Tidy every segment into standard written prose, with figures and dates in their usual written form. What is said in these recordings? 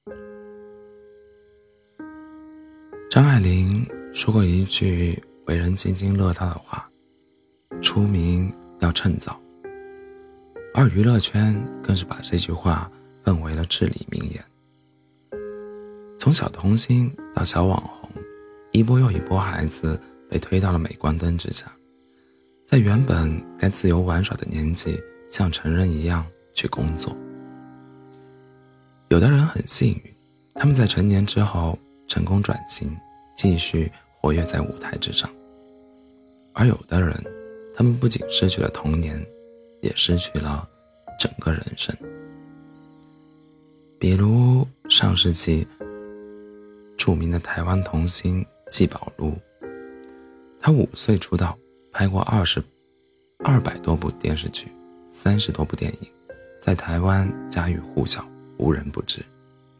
张爱玲说过一句为人津津乐道的话：出名要趁早。而娱乐圈更是把这句话奉为了至理名言。从小童星到小网红，一波又一波孩子被推到了镁光灯之下，在原本该自由玩耍的年纪，像成人一样去工作。有的人很幸运，他们在成年之后成功转型，继续活跃在舞台之上。而有的人，他们不仅失去了童年，也失去了整个人生。比如上世纪著名的台湾童星季宝如，他5岁出道，拍过200多部电视剧，30多部电影，在台湾家喻户晓，无人不知。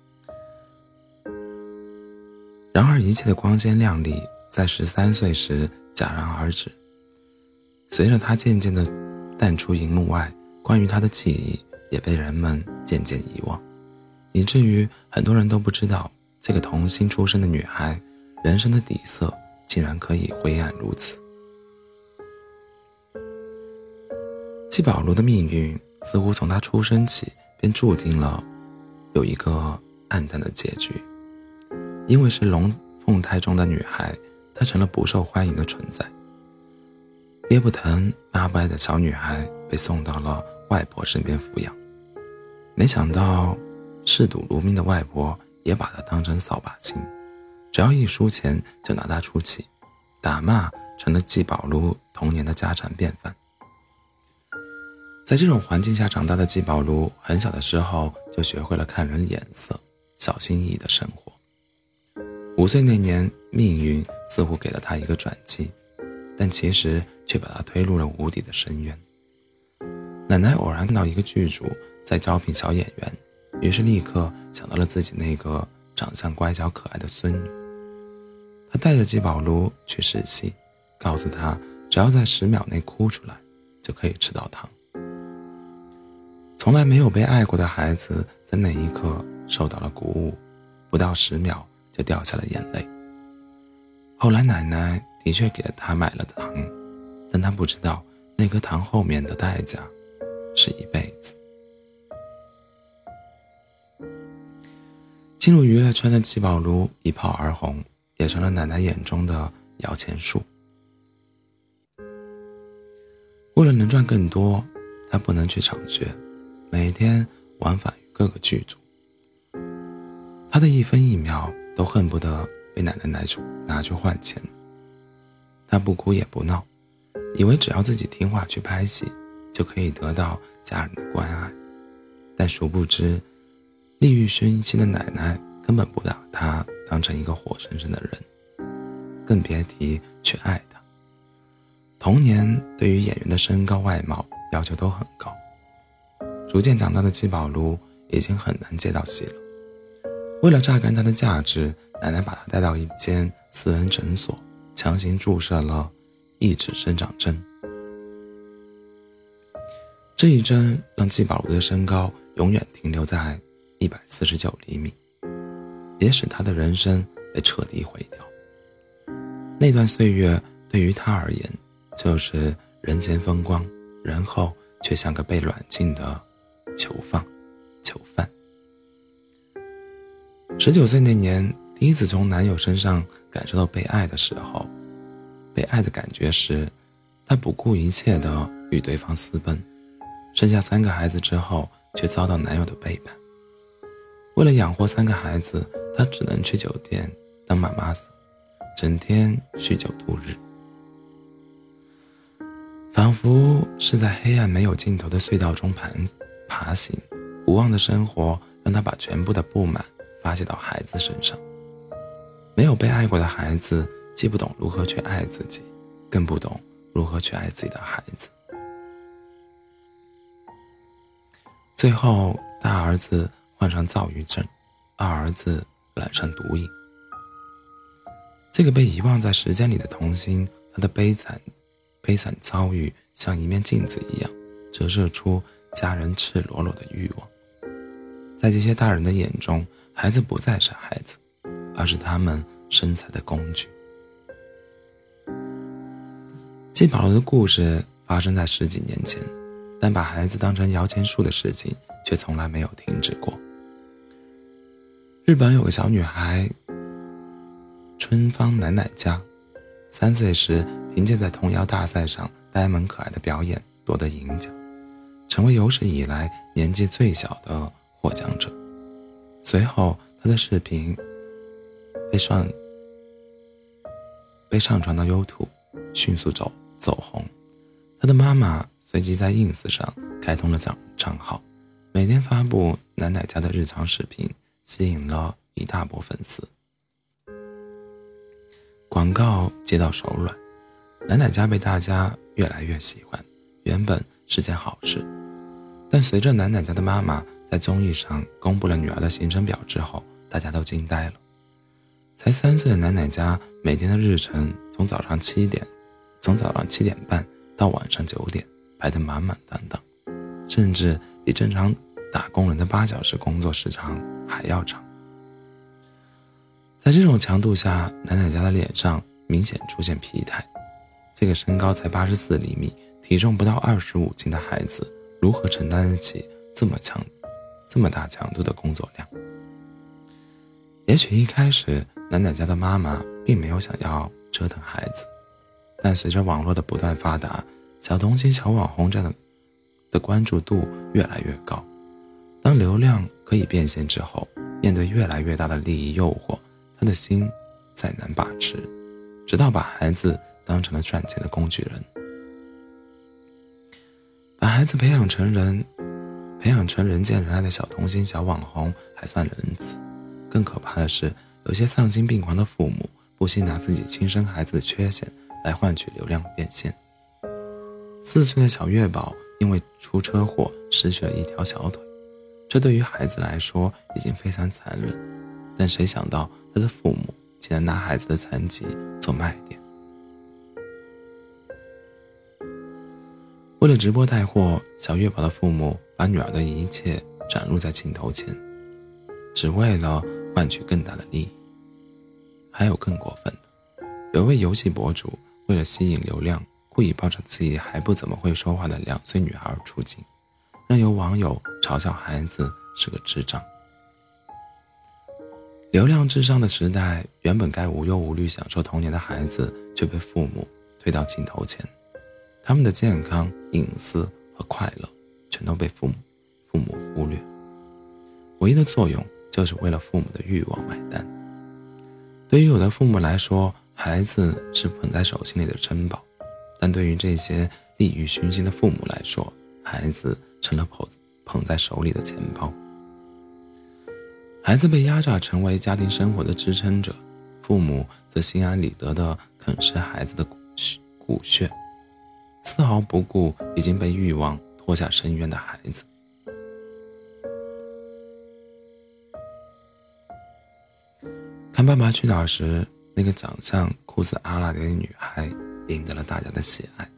然而一切的光鲜亮丽在13岁时戛然而止，随着他渐渐地淡出荧幕外，关于他的记忆也被人们渐渐遗忘，以至于很多人都不知道这个童星出身的女孩人生的底色竟然可以灰暗如此。季宝如的命运似乎从她出生起便注定了有一个暗淡的结局。因为是龙凤胎中的女孩，她成了不受欢迎的存在。爹不疼妈不爱的小女孩被送到了外婆身边抚养，没想到嗜赌如命的外婆也把她当成扫把星，只要一输钱就拿她出气，打骂成了季宝如童年的家常便饭。在这种环境下长大的季宝如，很小的时候就学会了看人眼色，小心翼翼的生活。5岁那年，命运似乎给了她一个转机，但其实却把她推入了无底的深渊。奶奶偶然看到一个剧组在招聘小演员，于是立刻想到了自己那个长相乖巧可爱的孙女。她带着季宝如去试戏，告诉她只要在10秒内哭出来，就可以吃到糖。从来没有被爱过的孩子在那一刻受到了鼓舞，不到10秒就掉下了眼泪。后来奶奶的确给了他买了糖，但他不知道那颗糖后面的代价是一辈子。进入娱乐圈的季宝如一炮而红，也成了奶奶眼中的摇钱树。为了能赚更多，他不能去上学，每天往返于各个剧组。他的一分一秒都恨不得被奶奶拿去换钱。他不哭也不闹，以为只要自己听话去拍戏，就可以得到家人的关爱。但殊不知，利欲熏心的奶奶根本不把他当成一个活生生的人，更别提去爱他。童年对于演员的身高外貌要求都很高，逐渐长大的季宝如已经很难接到戏了。为了榨干他的价值，奶奶把他带到一间私人诊所，强行注射了抑制生长针。这一针让季宝如的身高永远停留在149厘米，也使他的人生被彻底毁掉。那段岁月对于他而言，就是人前风光，人后却像个被软禁的囚犯。19岁那年，第一次从男友身上感受到被爱的时候，被爱的感觉是，她不顾一切地与对方私奔，生下3个孩子之后，却遭到男友的背叛。为了养活3个孩子，她只能去酒店当妈妈桑，整天酗酒度日。仿佛是在黑暗没有尽头的隧道中爬行，无望的生活让她把全部的不满发泄到孩子身上。没有被爱过的孩子，既不懂如何去爱自己，更不懂如何去爱自己的孩子。最后，大儿子患上躁郁症，二儿子染上毒瘾。这个被遗忘在时间里的童星，他的悲惨遭遇像一面镜子一样，折射出家人赤裸裸的欲望。在这些大人的眼中， 孩子不再是孩子，而是他们生财的工具。季保罗的故事发生在10几年前，但把孩子当成摇钱树的事情却从来没有停止过。日本有个小女孩春芳奶奶家，3岁时凭借在童谣大赛上呆萌可爱的表演夺得银奖，成为有史以来年纪最小的获奖者。随后她的视频被上传到 YouTube， 迅速走红。她的妈妈随即在 ins 上开通了账号，每天发布奶奶家的日常视频，吸引了一大波粉丝。广告接到手软，奶奶家被大家越来越喜欢，原本是件好事。但随着奶奶家的妈妈在综艺上公布了女儿的行程表之后，大家都惊呆了。才3岁的奶奶家每天的日程从早上7点半到晚上9点排得满满当当，甚至比正常打工人的8小时工作时长还要长。在这种强度下，奶奶家的脸上明显出现疲态。这个身高才84厘米，体重不到25斤的孩子，如何承担得起这么大强度的工作量？也许一开始奶奶家的妈妈并没有想要折腾孩子，但随着网络的不断发达，小童星小网红这样的关注度越来越高。当流量可以变现之后，面对越来越大的利益诱惑，他的心再难把持，直到把孩子当成了赚钱的工具人。把孩子培养成人见人爱的小童星小网红还算仁慈，更可怕的是，有些丧心病狂的父母不惜拿自己亲生孩子的缺陷来换取流量变现。4岁的小月宝因为出车祸失去了一条小腿，这对于孩子来说已经非常残忍，但谁想到他的父母竟然拿孩子的残疾做卖点。为了直播带货，小月宝的父母把女儿的一切展露在镜头前，只为了换取更大的利益。还有更过分的，有一位游戏博主为了吸引流量，故意抱着自己还不怎么会说话的2岁女孩出镜，任由网友嘲笑孩子是个智障。流量至上的时代，原本该无忧无虑享受童年的孩子却被父母推到镜头前，他们的健康、隐私和快乐全都被父母忽略，唯一的作用就是为了父母的欲望买单。对于有的父母来说，孩子是捧在手心里的珍宝，但对于这些利欲熏心的父母来说，孩子成了捧在手里的钱包。孩子被压榨成为家庭生活的支撑者，父母则心安理得地啃食孩子的骨血，丝毫不顾已经被欲望拖下深渊的孩子。看《爸爸去哪儿》时，那个长相酷似阿拉蕾的女孩赢得了大家的喜爱。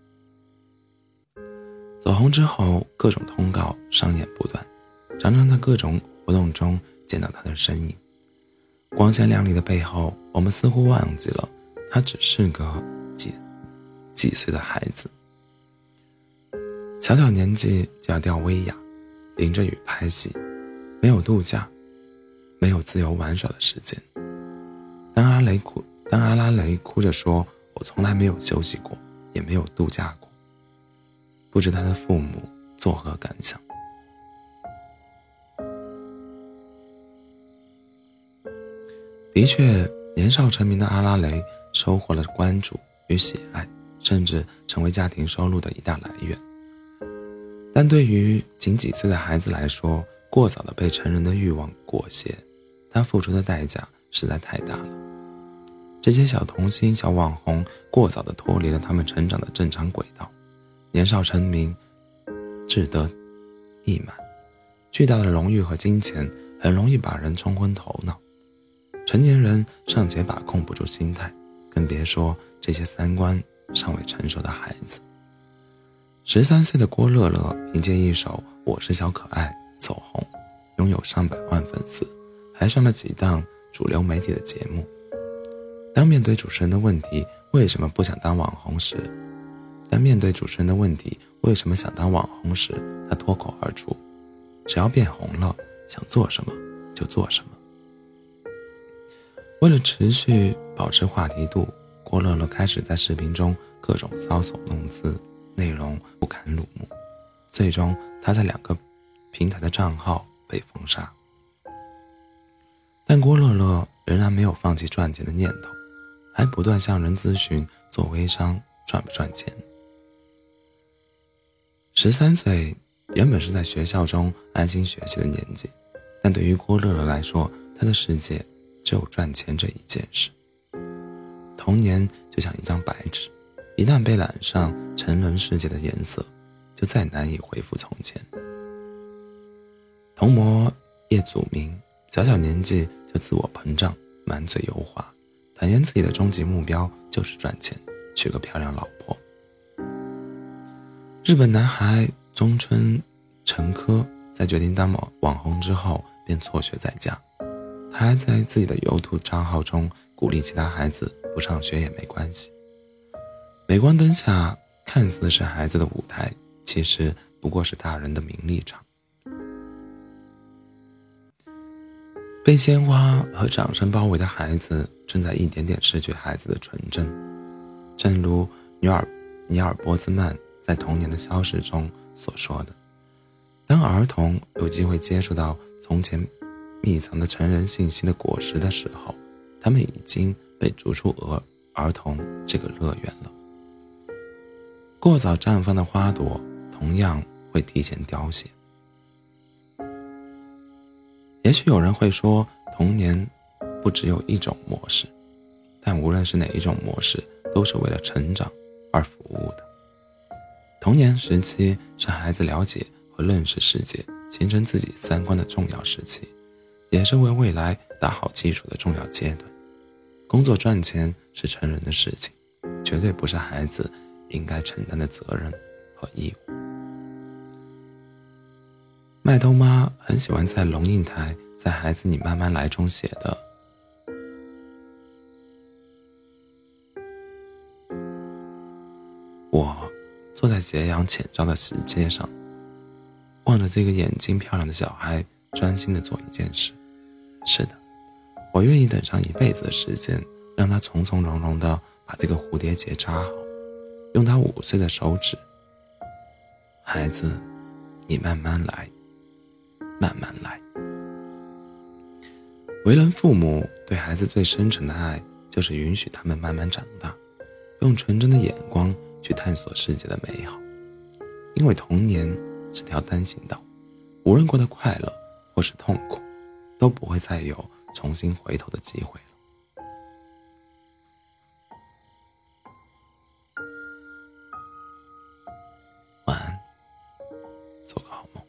走红之后，各种通告上演不断，常常在各种活动中见到她的身影。光鲜亮丽的背后，我们似乎忘记了她只是个几岁的孩子。小小年纪就要吊威亚，淋着雨拍戏，没有度假，没有自由玩耍的时间。当阿拉蕾哭着说，我从来没有休息过，也没有度假过，不知他的父母作何感想。的确，年少成名的阿拉蕾收获了关注与喜爱，甚至成为家庭收入的一大来源。但对于仅几岁的孩子来说，过早的被成人的欲望裹挟，他付出的代价实在太大了。这些小童星小网红过早地脱离了他们成长的正常轨道，年少成名，志得意满，巨大的荣誉和金钱很容易把人冲昏头脑。成年人尚且把控不住心态，更别说这些三观尚未成熟的孩子。13岁的郭乐乐凭借一首《我是小可爱》走红，拥有上百万粉丝， 还上了几档主流媒体的节目。当面对主持人的问题为什么不想当网红时，他脱口而出：只要变红了，想做什么就做什么。为了持续保持话题度，郭乐乐开始在视频中各种搔首弄姿，内容不堪入目。最终他在2个平台的账号被封杀。但郭乐乐仍然没有放弃赚钱的念头，还不断向人咨询做微商赚不赚钱。13岁原本是在学校中安心学习的年纪，但对于郭乐乐来说，他的世界只有赚钱这一件事。童年就像一张白纸，一旦被染上成人世界的颜色，就再难以恢复从前。童模叶祖明小年纪就自我膨胀，满嘴油滑，坦言自己的终极目标就是赚钱，娶个漂亮老婆。日本男孩中村诚科在决定当网红之后便辍学在家，他还在自己的 YouTube 账号中鼓励其他孩子不上学也没关系。镁光灯下看似是孩子的舞台，其实不过是大人的名利场。被鲜花和掌声包围的孩子正在一点点失去孩子的纯真，正如尼尔波兹曼在《童年的消逝》中所说的，当儿童有机会接触到从前密藏的成人信息的果实的时候，他们已经被逐出儿童这个乐园了。过早绽放的花朵同样会提前凋谢。也许有人会说，童年不只有一种模式，但无论是哪一种模式，都是为了成长而服务的。童年时期是孩子了解和认识世界，形成自己三观的重要时期，也是为未来打好基础的重要阶段。工作赚钱是成人的事情，绝对不是孩子应该承担的责任和义务。麦兜妈很喜欢在龙应台在《孩子你慢慢来》中写的，我坐在斜阳浅照的石阶上，望着这个眼睛漂亮的小孩专心地做一件事。是的，我愿意等上一辈子的时间，让他从从容容地把这个蝴蝶结扎好，用他5岁的手指。孩子，你慢慢来，慢慢来。为人父母对孩子最深沉的爱，就是允许他们慢慢长大，用纯真的眼光去探索世界的美好。因为童年是条单行道，无论过得快乐或是痛苦，都不会再有重新回头的机会了。晚安，做个好梦。